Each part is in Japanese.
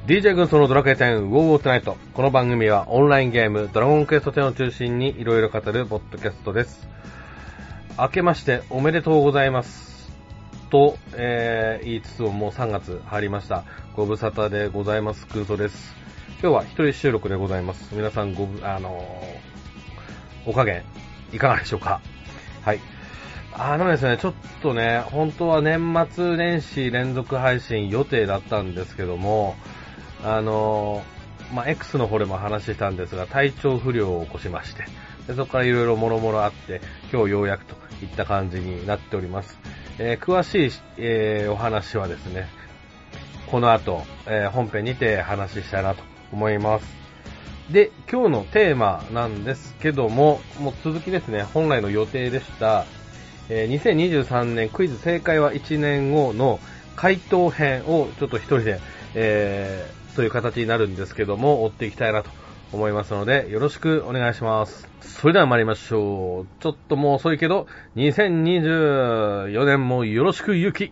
DJ 軍曹のドラクエ10ウォーウォートナイト。この番組はオンラインゲームドラゴンクエスト10を中心にいろいろ語るポッドキャストです。明けましておめでとうございますと、言いつつももう3月入りました。ご無沙汰でございます。軍曹です。今日は一人収録でございます。皆さんお加減いかがでしょうか。はい。ですね、ちょっとね、本当は年末年始連続配信予定だったんですけども、X の方でも話したんですが、体調不良を起こしまして、でそこからいろいろもろもろあって、今日ようやくといった感じになっております。詳しい、お話はですね、この後、本編にて話したいなと思います。で、今日のテーマなんですけども、もう続きですね、本来の予定でした、2023年クイズ正解は1年後の回答編をちょっと一人で、という形になるんですけども、追っていきたいなと思いますので、よろしくお願いします。それでは参りましょう。ちょっともう遅いけど、2024年もよろしくゆき。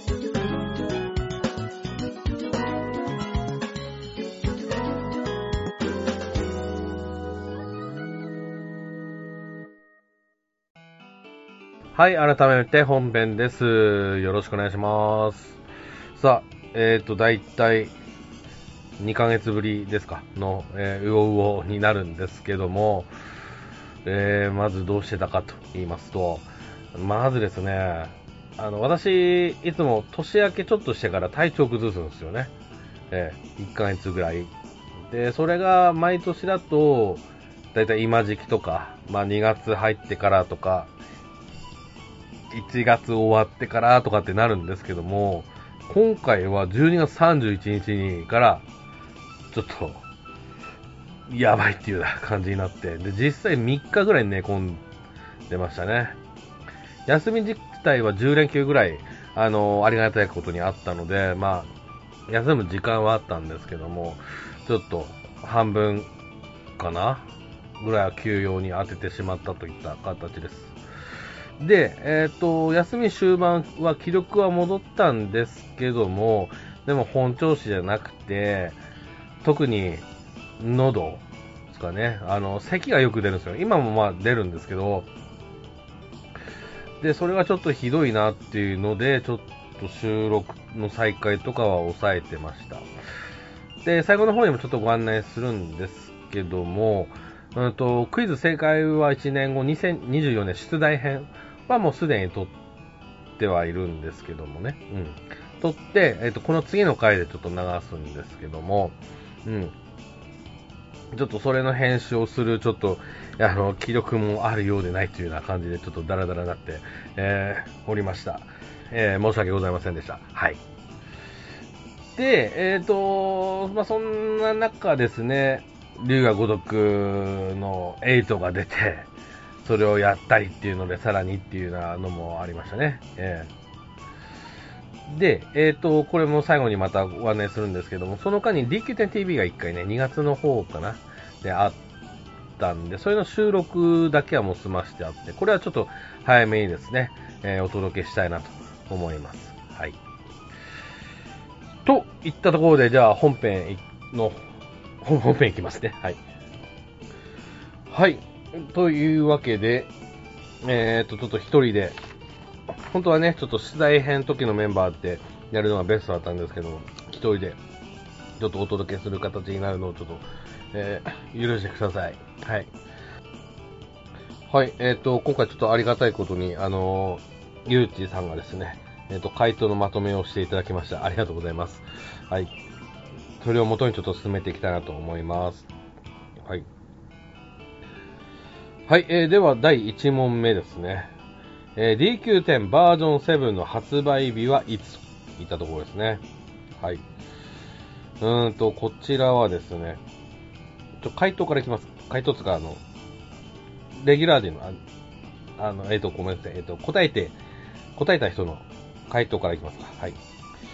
はい、改めて本編です。よろしくお願いします。さあ、だいたい2ヶ月ぶりですかの、うおうおになるんですけども、まずどうしてたかと言いますと、まずですね、私、いつも年明けちょっとしてから体調崩すんですよね。1ヶ月ぐらい。で、それが毎年だと、だいたい今時期とか、2月入ってからとか、1月終わってからとかってなるんですけども、今回は12月31日にからちょっとやばいっていうような感じになって、で実際3日ぐらい寝込んでましたね。休み自体は10連休ぐらいありがたいことにあったので、休む時間はあったんですけども、ちょっと半分かなぐらいは休養に当ててしまったといった形です。で、休み終盤は気力は戻ったんですけども、でも本調子じゃなくて、特に喉ですかね、咳がよく出るんですよ。今も出るんですけど、で、それがちょっとひどいなっていうので、ちょっと収録の再開とかは抑えてました。で、最後の方にもちょっとご案内するんですけども、クイズ正解は1年後、2024年出題編はもうすでに撮ってはいるんですけどもね。撮って、この次の回でちょっと流すんですけども、ちょっとそれの編集をする、ちょっと、気力もあるようでないというような感じで、ちょっとダラダラになって、おりました。申し訳ございませんでした。はい。で、そんな中ですね、龍が如くの8が出て、それをやったりっていうので、さらにっていうようなのもありましたね。で、これも最後にまたご案内するんですけども、その間に DQ10TV が1回ね、2月の方かな、であったんで、それの収録だけはもう済ましてあって、これはちょっと早めにですね、お届けしたいなと思います。はい。といったところで、じゃあ本編いきますね。はい。はい。というわけで、ちょっと一人で、本当はね、ちょっと出題編時のメンバーってやるのがベストだったんですけど、一人でちょっとお届けする形になるのをちょっと、許してください。はい。はい、今回ちょっとありがたいことに、ゆうちーさんがですね、回答のまとめをしていただきました。ありがとうございます。はい。それを元にちょっと進めていきたいなと思います。はい。はい、では第1問目ですね。DQ10 バージョン7の発売日はいつといったところですね。はい。こちらはですね、回答からいきます。回答つか、レギュラー陣の、ごめんなさい。答えた人の回答からいきますか。はい。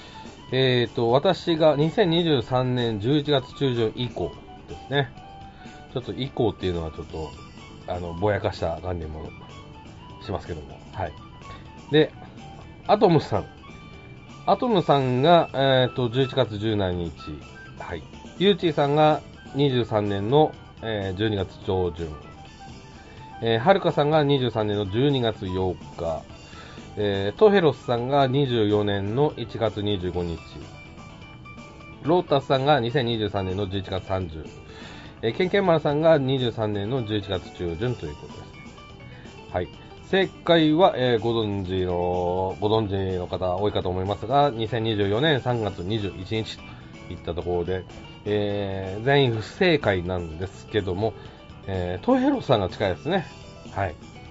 私が2023年11月中旬以降ですね。ちょっと以降っていうのはちょっと、ぼやかした感じもしますけども。はい。で、アトムさんが、11月17日はい。ゆうちーさんが23年の、12月上旬。はるかさんが23年の12月8日。トヘロスさんが24年の1月25日。ロータスさんが2023年の11月30。ケンケンマルさんが23年の11月中旬ということですね。はい。正解は、ご存知の方多いかと思いますが、2024年3月21日といったところで、全員不正解なんですけども、トヘロさんが近いですね。はい。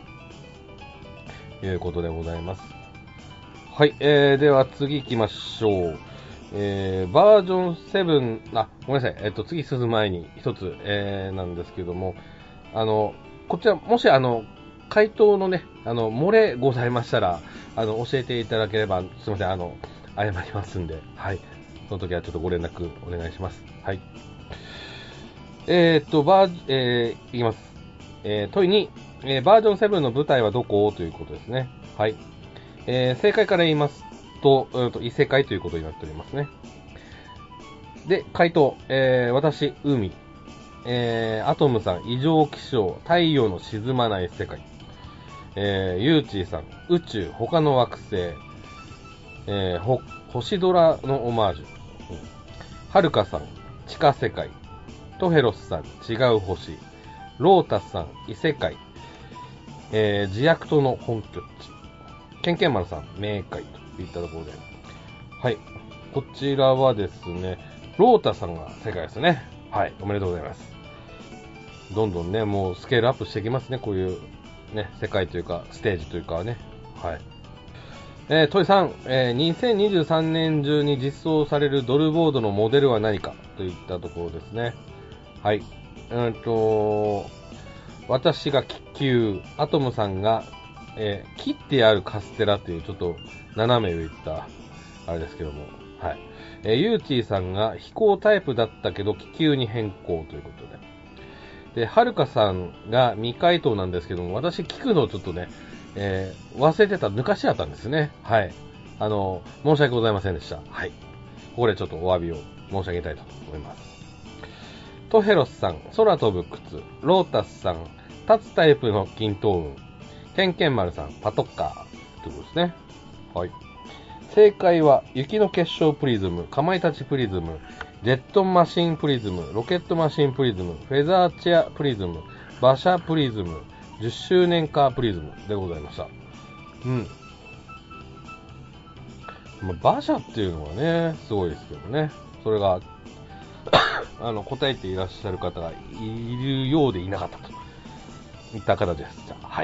ということでございます。はい。では次行きましょう。バージョン7、ごめんなさい。次進む前に一つ、なんですけども、こちら、もし回答のね、漏れございましたら、教えていただければ、すみません、謝りますんで、はい。その時はちょっとご連絡お願いします。はい。いきます。問いに、バージョン7の舞台はどこということですね。はい。正解から言いますと、異世界ということになっておりますね。で、回答、私、海、アトムさん、異常気象、太陽の沈まない世界、ユーチーさん、宇宙、他の惑星、星空のオマージュ、はるかさん、地下世界、トヘロスさん、違う星、ロータスさん、異世界、自悪との本拠地、ケンケンマルさん、冥界といったところで、はい、こちらはですね、ロータさんが正解ですね。はい、おめでとうございます。どんどんね、もうスケールアップしていきますね、こういうね、世界というか、ステージというかね。はい。問い3、2023年中に実装されるドルボードのモデルは何かといったところですね。はい。私が気球、アトムさんが、切ってあるカステラというちょっと斜め上いったあれですけども、はい。ユーチーさんが飛行タイプだったけど気球に変更ということで。で、はるかさんが未回答なんですけども、私聞くのをちょっとね、忘れてた、抜かしちゃったんですね。はい。申し訳ございませんでした。はい。ここでちょっとお詫びを申し上げたいと思います。トヘロスさん、空飛ぶ靴、ロータスさん、立つタイプの均等運、ケンケンマルさん、パトカーということですね。はい。正解は、雪の結晶プリズム、かまいたちプリズム、ジェットマシンプリズム、ロケットマシンプリズム、フェザーチェアプリズム、馬車プリズム、10周年カープリズムでございました。うん。馬車っていうのはね、すごいですけどね。それが、答えていらっしゃる方がいるようでいなかったといった形でした。はい。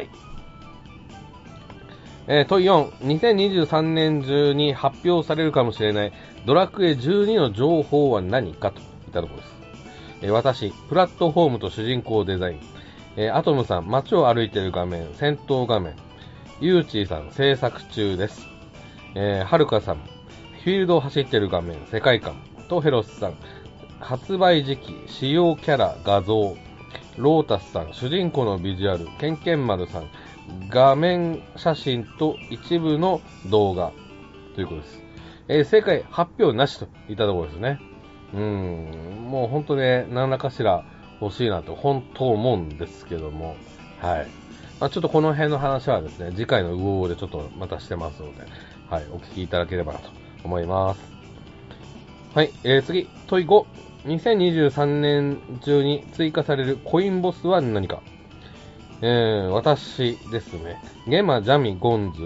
問い4、2023年中に発表されるかもしれないドラクエ12の情報は何かといったところです。私、プラットフォームと主人公デザイン、アトムさん、街を歩いている画面、戦闘画面、ユーチーさん、制作中です。はるかさん、フィールドを走っている画面、世界観、トヘロスさん、発売時期、使用キャラ、画像、ロータスさん、主人公のビジュアル、ケンケンマルさん、画面写真と一部の動画ということです。正解発表なしといったところですね。もう本当ね、何らかしら欲しいなと本当思うんですけども、はい。ちょっとこの辺の話はですね、次回のウオーでちょっとまたしてますので、はい、お聞きいただければなと思います。はい、次、問い5。2023年中に追加されるコインボスは何か。私ですね。ゲマ、ジャミ、ゴンズ。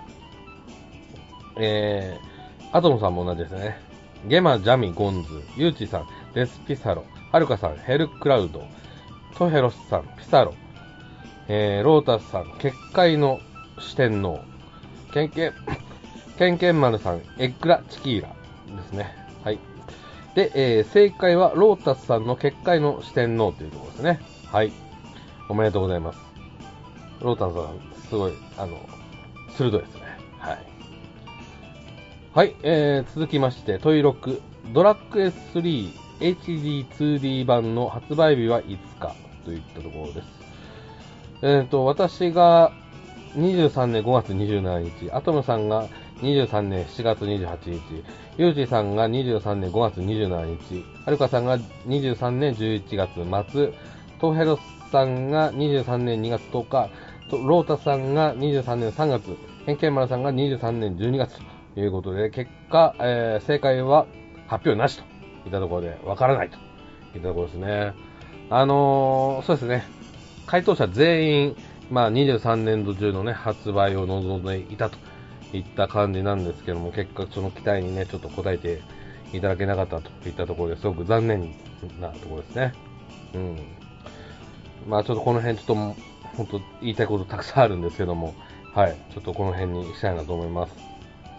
アトムさんも同じですね。ゲマ、ジャミ、ゴンズ。ユーチさん、デスピサロ。はるかさん、ヘルクラウド。トヘロスさん、ピサロ。ロータスさん、結界の四天王。ケンケンマルさん、エッグラチキーラですね。はい。で、正解はロータスさんの結界の四天王というところですね。はい。おめでとうございます。ロータスさん、すごい、鋭いですね。はい。はい、続きまして、問い6。ドラッグ S3 HD2D 版の発売日はいつかといったところです。私が23年5月27日、アトムさんが 23年7月28日、ゆうじさんが23年5月27日、はるかさんが23年11月末、トヘロさんが23年2月10日、ロータさんが23年3月、ケンケンマルさんが23年12月ということで、結果、正解は発表なしといったところで、わからないといったところですね。そうですね。回答者全員、23年度中のね、発売を望んでいたといった感じなんですけども、結果その期待にね、ちょっと応えていただけなかったといったところですごく残念なところですね。ちょっとこの辺ちょっと、本当言いたいことたくさんあるんですけども、はい、ちょっとこの辺にしたいなと思います。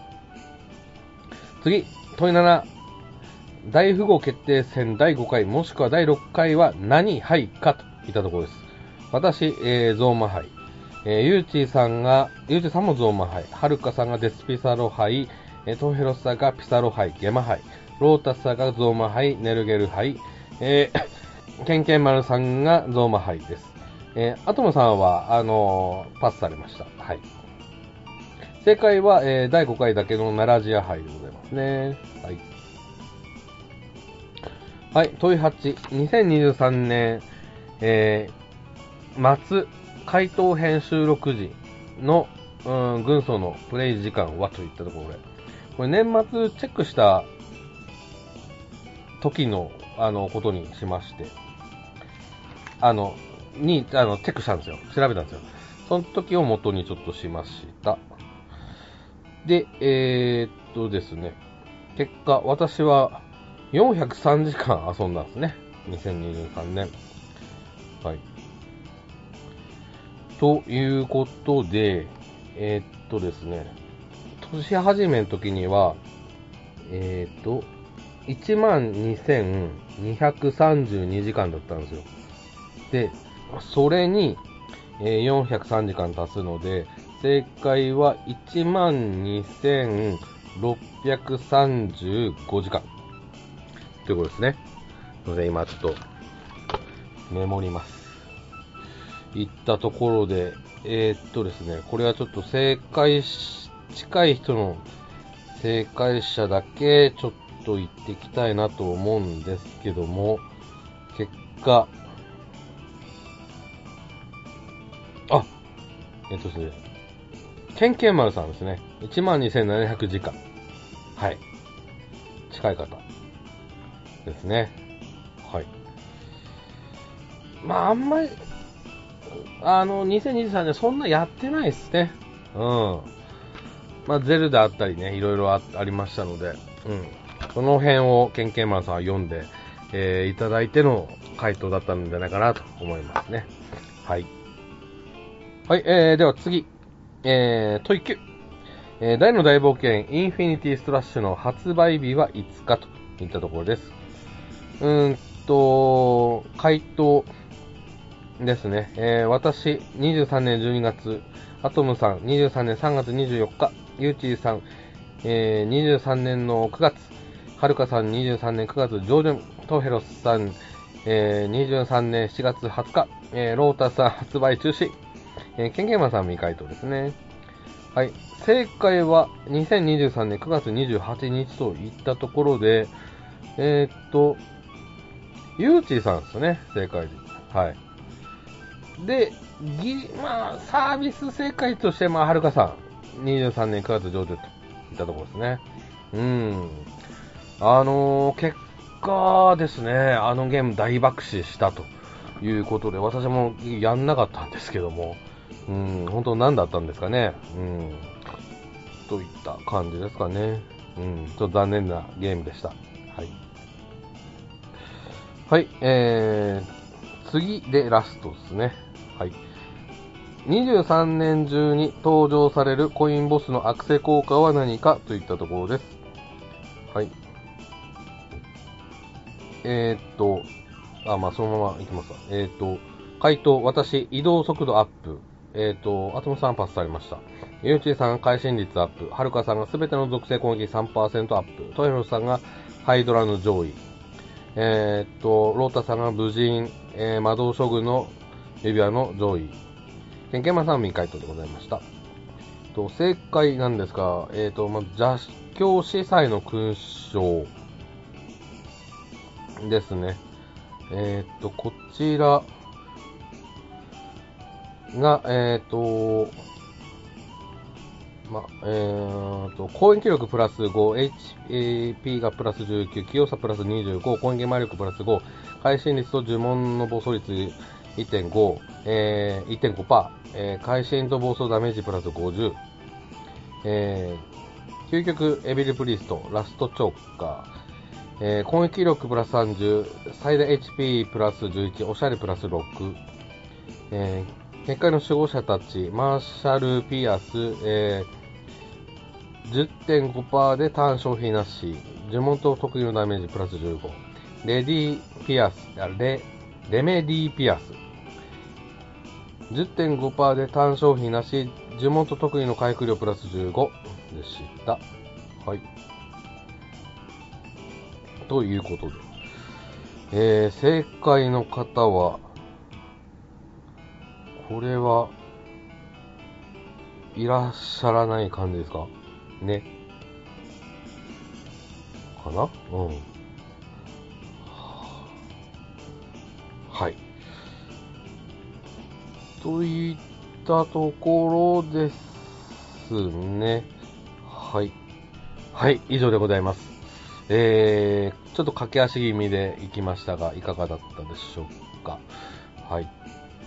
次、問い7。大富豪決定戦第5回もしくは第6回は何杯かといったところです。私、ゾーマ杯。ゆうちさんもゾーマ杯。はるかさんがデスピサロ杯。トンヘロスさんがピサロ杯、ゲマ杯。ロータスさんがゾーマ杯、ネルゲル杯。ケンケンマルさんがゾーマ杯です。アトムさんは、パスされました。はい。正解は、第5回だけのナラジア杯でございますね。はい。はい、問い8。2023年、末、回答編収録時の、軍曹のプレイ時間はといったところで、これ年末チェックした時の、ことにしまして、チェックしたんですよ。調べたんですよ。その時を元にちょっとしました。で、ですね、結果、私は403時間遊んだんですね。2023年。はい。ということで、ですね、年始めの時には、12,232時間だったんですよ。で、それに、403時間足すので、正解は12,635時間。ということですね。ので、今ちょっと、メモります。いったところで、ですね、これはちょっと近い人の正解者だけちょっと言っていきたいなと思うんですけども、結果、ですね、ケンケンマルさんですね、12,700時間。はい。近い方ですね。はい。あんまり、2023年そんなやってないですね。ゼルダあったりね、いろいろありましたので、その辺をケンケンマンさんは読んで、いただいての回答だったんじゃないかなと思いますね。はい。はい、では次、問い9。大の大冒険、インフィニティストラッシュの発売日はいつかといったところです。回答ですね。私、23年12月、アトムさん、23年3月24日、ユーチーさん、23年の9月、はるかさん、23年9月上旬、トヘロスさん、23年7月20日、ロータスさん発売中止、ケンケンマンさん未回答ですね。はい。正解は2023年9月28日といったところで、ユーチーさんですね、正解時。はい。で、サービス正解として、はるかさん、23年9月上旬といったところですね。結果ですね、あのゲーム大爆死したということで、私もやんなかったんですけども、本当何だったんですかね。といった感じですかね。ちょっと残念なゲームでした。はい。はい、次でラストですね。はい。23年中に登場されるコインボスのアクセ効果は何かといったところです。はい。そのままいきますわ。回答、私、移動速度アップ。アトムさんパスされました。ユーチーさんが会心率アップ。はるかさんがすべての属性攻撃 3% アップ。トイロスさんがハイドラの上位。ロータさんが武人、魔導将軍の指輪の上位。ケンケンマさんは未回答でございました。 正解なんですが、まず、邪教司祭の勲章ですね。こちらが、攻撃力プラス5、HP がプラス19、器用さプラス25、攻撃魔力プラス5、会心率と呪文の暴走率1.5、1.5%、会心と暴走ダメージプラス50、究極エビルプリスト、ラストチョーカー、攻撃力プラス30、最大 HP プラス11、おしゃれプラス6、結界の守護者たち、マーシャル・ピアス、10.5% でターン消費なし、呪文と特有のダメージプラス15、レメディピアス、10.5% でターン消費なし、呪文と特有の回復量プラス15でした。はい。ということで、正解の方は、これはいらっしゃらない感じですかね。かな？うん。はい。といったところですね。はい。はい、以上でございます。ちょっと駆け足気味で行きましたが、いかがだったでしょうか。はい。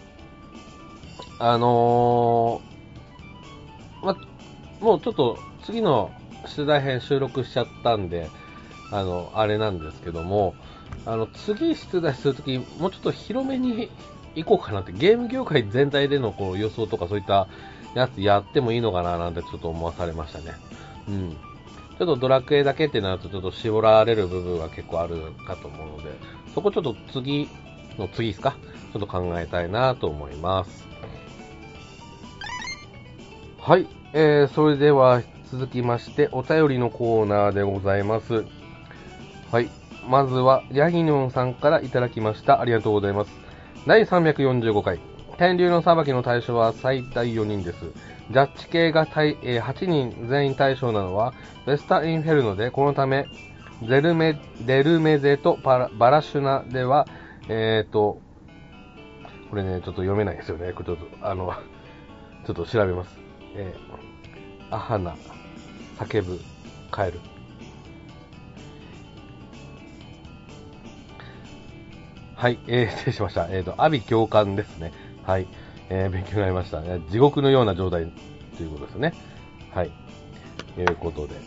もうちょっと次の出題編収録しちゃったんで、あれなんですけども、次出題するとき、もうちょっと広めに行こうかなって、ゲーム業界全体でのこう予想とかそういったやつやってもいいのかななんてちょっと思わされましたね。うん。ちょっとドラクエだけってなるとちょっと絞られる部分が結構あるかと思うので、そこちょっと次ですか？ちょっと考えたいなと思います。はい、それでは続きましてお便りのコーナーでございます。はい、まずはヤギニョンさんからいただきました。ありがとうございます。第345回天竜の裁きの対象は最大4人です。ジャッジ系が8人全員対象なのはベスタ・インフェルノで、このためデルメゼとバラシュナではこれねちょっと読めないですよね。これちょっと調べます。アハナ、叫ぶ、カエル。はい、失礼しました。阿鼻教官ですね。はい、勉強になりました。地獄のような状態ということですね。はい、ということで。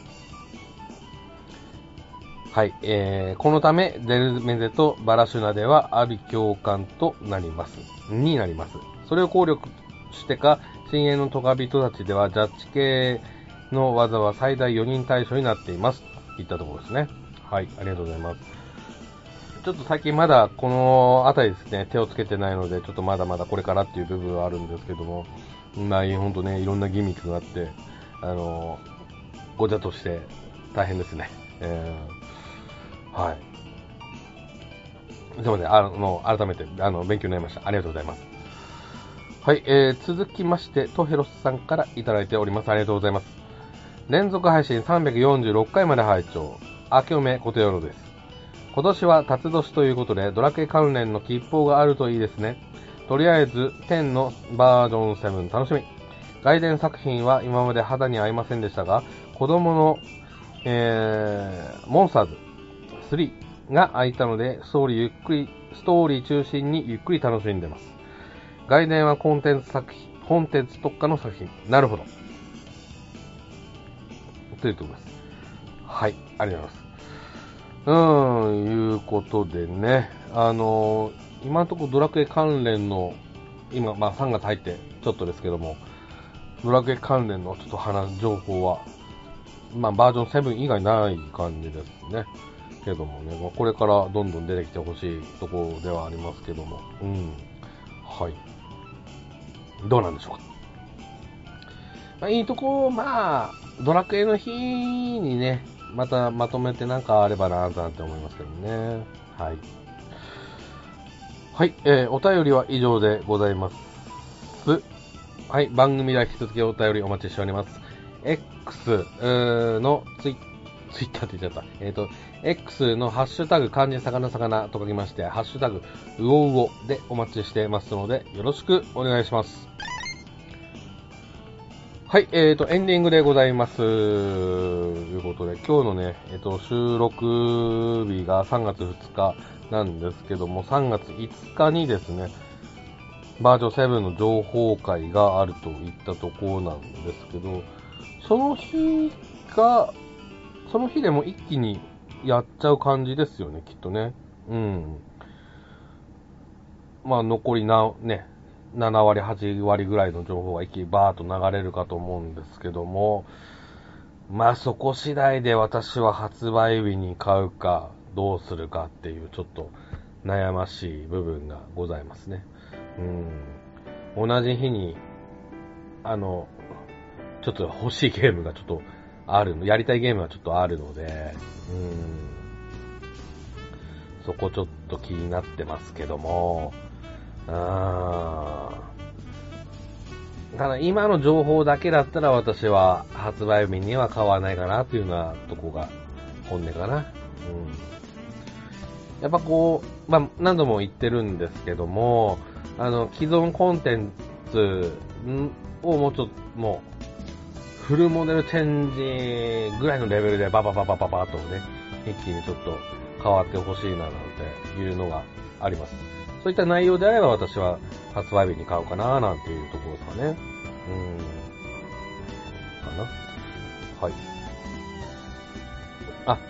はい、このため、デルメゼとバラシュナでは、阿鼻教官となります。それを考慮してか、深淵のトガ人たちでは、ジャッジ系の技は最大4人対象になっています。といったところですね。はい、ありがとうございます。ちょっと最近まだこのあたりですね、手をつけてないので、ちょっとまだまだこれからっていう部分はあるんですけども、ほんとね、いろんなギミックがあって、ごちゃとして大変ですね。はい。すいません、改めて、勉強になりました。ありがとうございます。はい、続きまして、トヘロスさんからいただいております。ありがとうございます。連続配信346回まで拝聴。明けおめことよろです。今年は辰年ということで、ドラクエ関連の吉報があるといいですね。とりあえず、10のバージョン7楽しみ。外伝作品は今まで肌に合いませんでしたが、子供の、モンスターズ3が空いたので、ストーリー中心にゆっくり楽しんでます。外伝はコンテンツ特化の作品。なるほど。というところです。はい、ありがとうございます。いうことでね、今のところドラクエ関連の、今、3月入ってちょっとですけども、ドラクエ関連のちょっと情報は、バージョン7以外ない感じですね。けどもね、これからどんどん出てきてほしいところではありますけども、はい。どうなんでしょうか。いいとこ、ドラクエの日にね、またまとめてなんかあればなぁなんて思いますけどね。はい。はい、お便りは以上でございます。 はい、番組では引き続きお便りお待ちしております。X のツイッターって言っちゃった。X のハッシュタグ漢字魚魚と書きまして、ハッシュタグうおうおでお待ちしてますので、よろしくお願いします。はい、エンディングでございます。ということで、今日のね、収録日が3月2日なんですけども、3月5日にですね、バージョン7の情報会があるといったところなんですけど、その日でも一気にやっちゃう感じですよね、きっとね。うん。まあ、残りね、7割、8割ぐらいの情報が一気にバーッと流れるかと思うんですけども、まあそこ次第で私は発売日に買うかどうするかっていうちょっと悩ましい部分がございますね。同じ日にちょっと欲しいゲームがちょっとやりたいゲームがちょっとあるので、そこちょっと気になってますけども、ただ今の情報だけだったら私は発売日には買わないかなというようなとこが本音かな。やっぱ何度も言ってるんですけども、既存コンテンツをもうフルモデルチェンジぐらいのレベルでババとね、一気にちょっと変わってほしいななんていうのがあります。そういった内容であれば私は発売日に買うかななんていうところですかね。はい。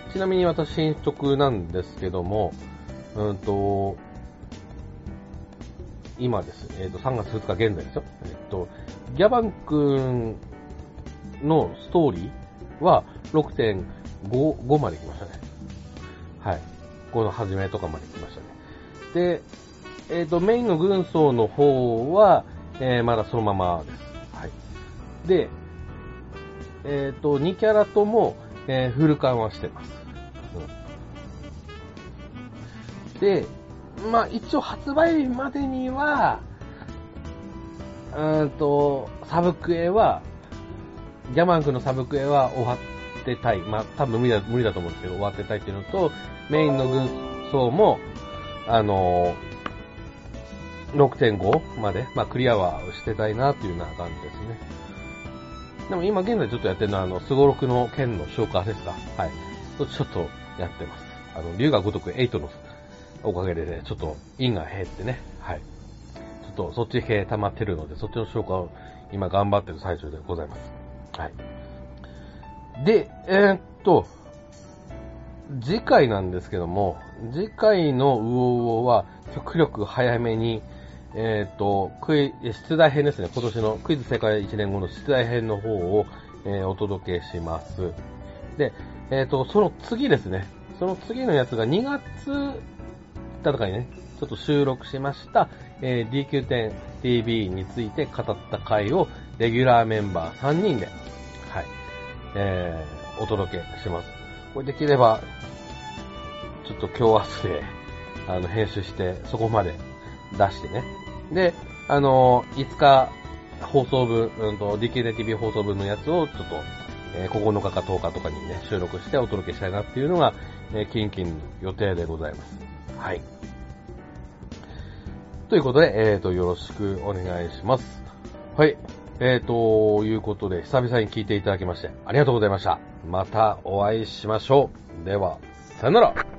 ちなみに私進捗なんですけども、今ですね、3月2日現在ですよ。ギャバン君のストーリーは 6.5 まで来ましたね。はい。この初めとかまで来ましたね。で、メインの軍曹の方は、まだそのままです。はい。で、2キャラとも、フルカンはしてます。で、まあ一応発売日までには、サブクエは、ギャバン君のサブクエは終わってたい。まあ多分無理だと思うんですけど、終わってたいっていうのと、メインの軍曹も、6.5 まで、まあクリアはしてたいなっていうような感じですね。でも今現在ちょっとやってるのは、スゴロクの剣の召喚ですか。はい。ちょっとやってます。龍が如く8のおかげでね、ちょっと因が減ってね、はい。ちょっとそっち系溜まってるので、そっちの召喚を今頑張ってる最中でございます。はい。で、次回なんですけども、次回のウオウオは極力早めに、出題編ですね。今年のクイズ世界1年後の出題編の方を、お届けします。で、その次ですね。その次のやつが2月だとかにね、ちょっと収録しました、DQ10TV について語った回をレギュラーメンバー3人で、はい、お届けします。これできれば、ちょっと今日明日で、編集して、そこまで出してね。で、5日放送分、DQ10TV 放送分のやつをちょっと、9日か10日とかにね、収録してお届けしたいなっていうのが、近々予定でございます。はい。ということで、よろしくお願いします。はい。ということで、久々に聞いていただきまして、ありがとうございました。またお会いしましょう。では、さよなら。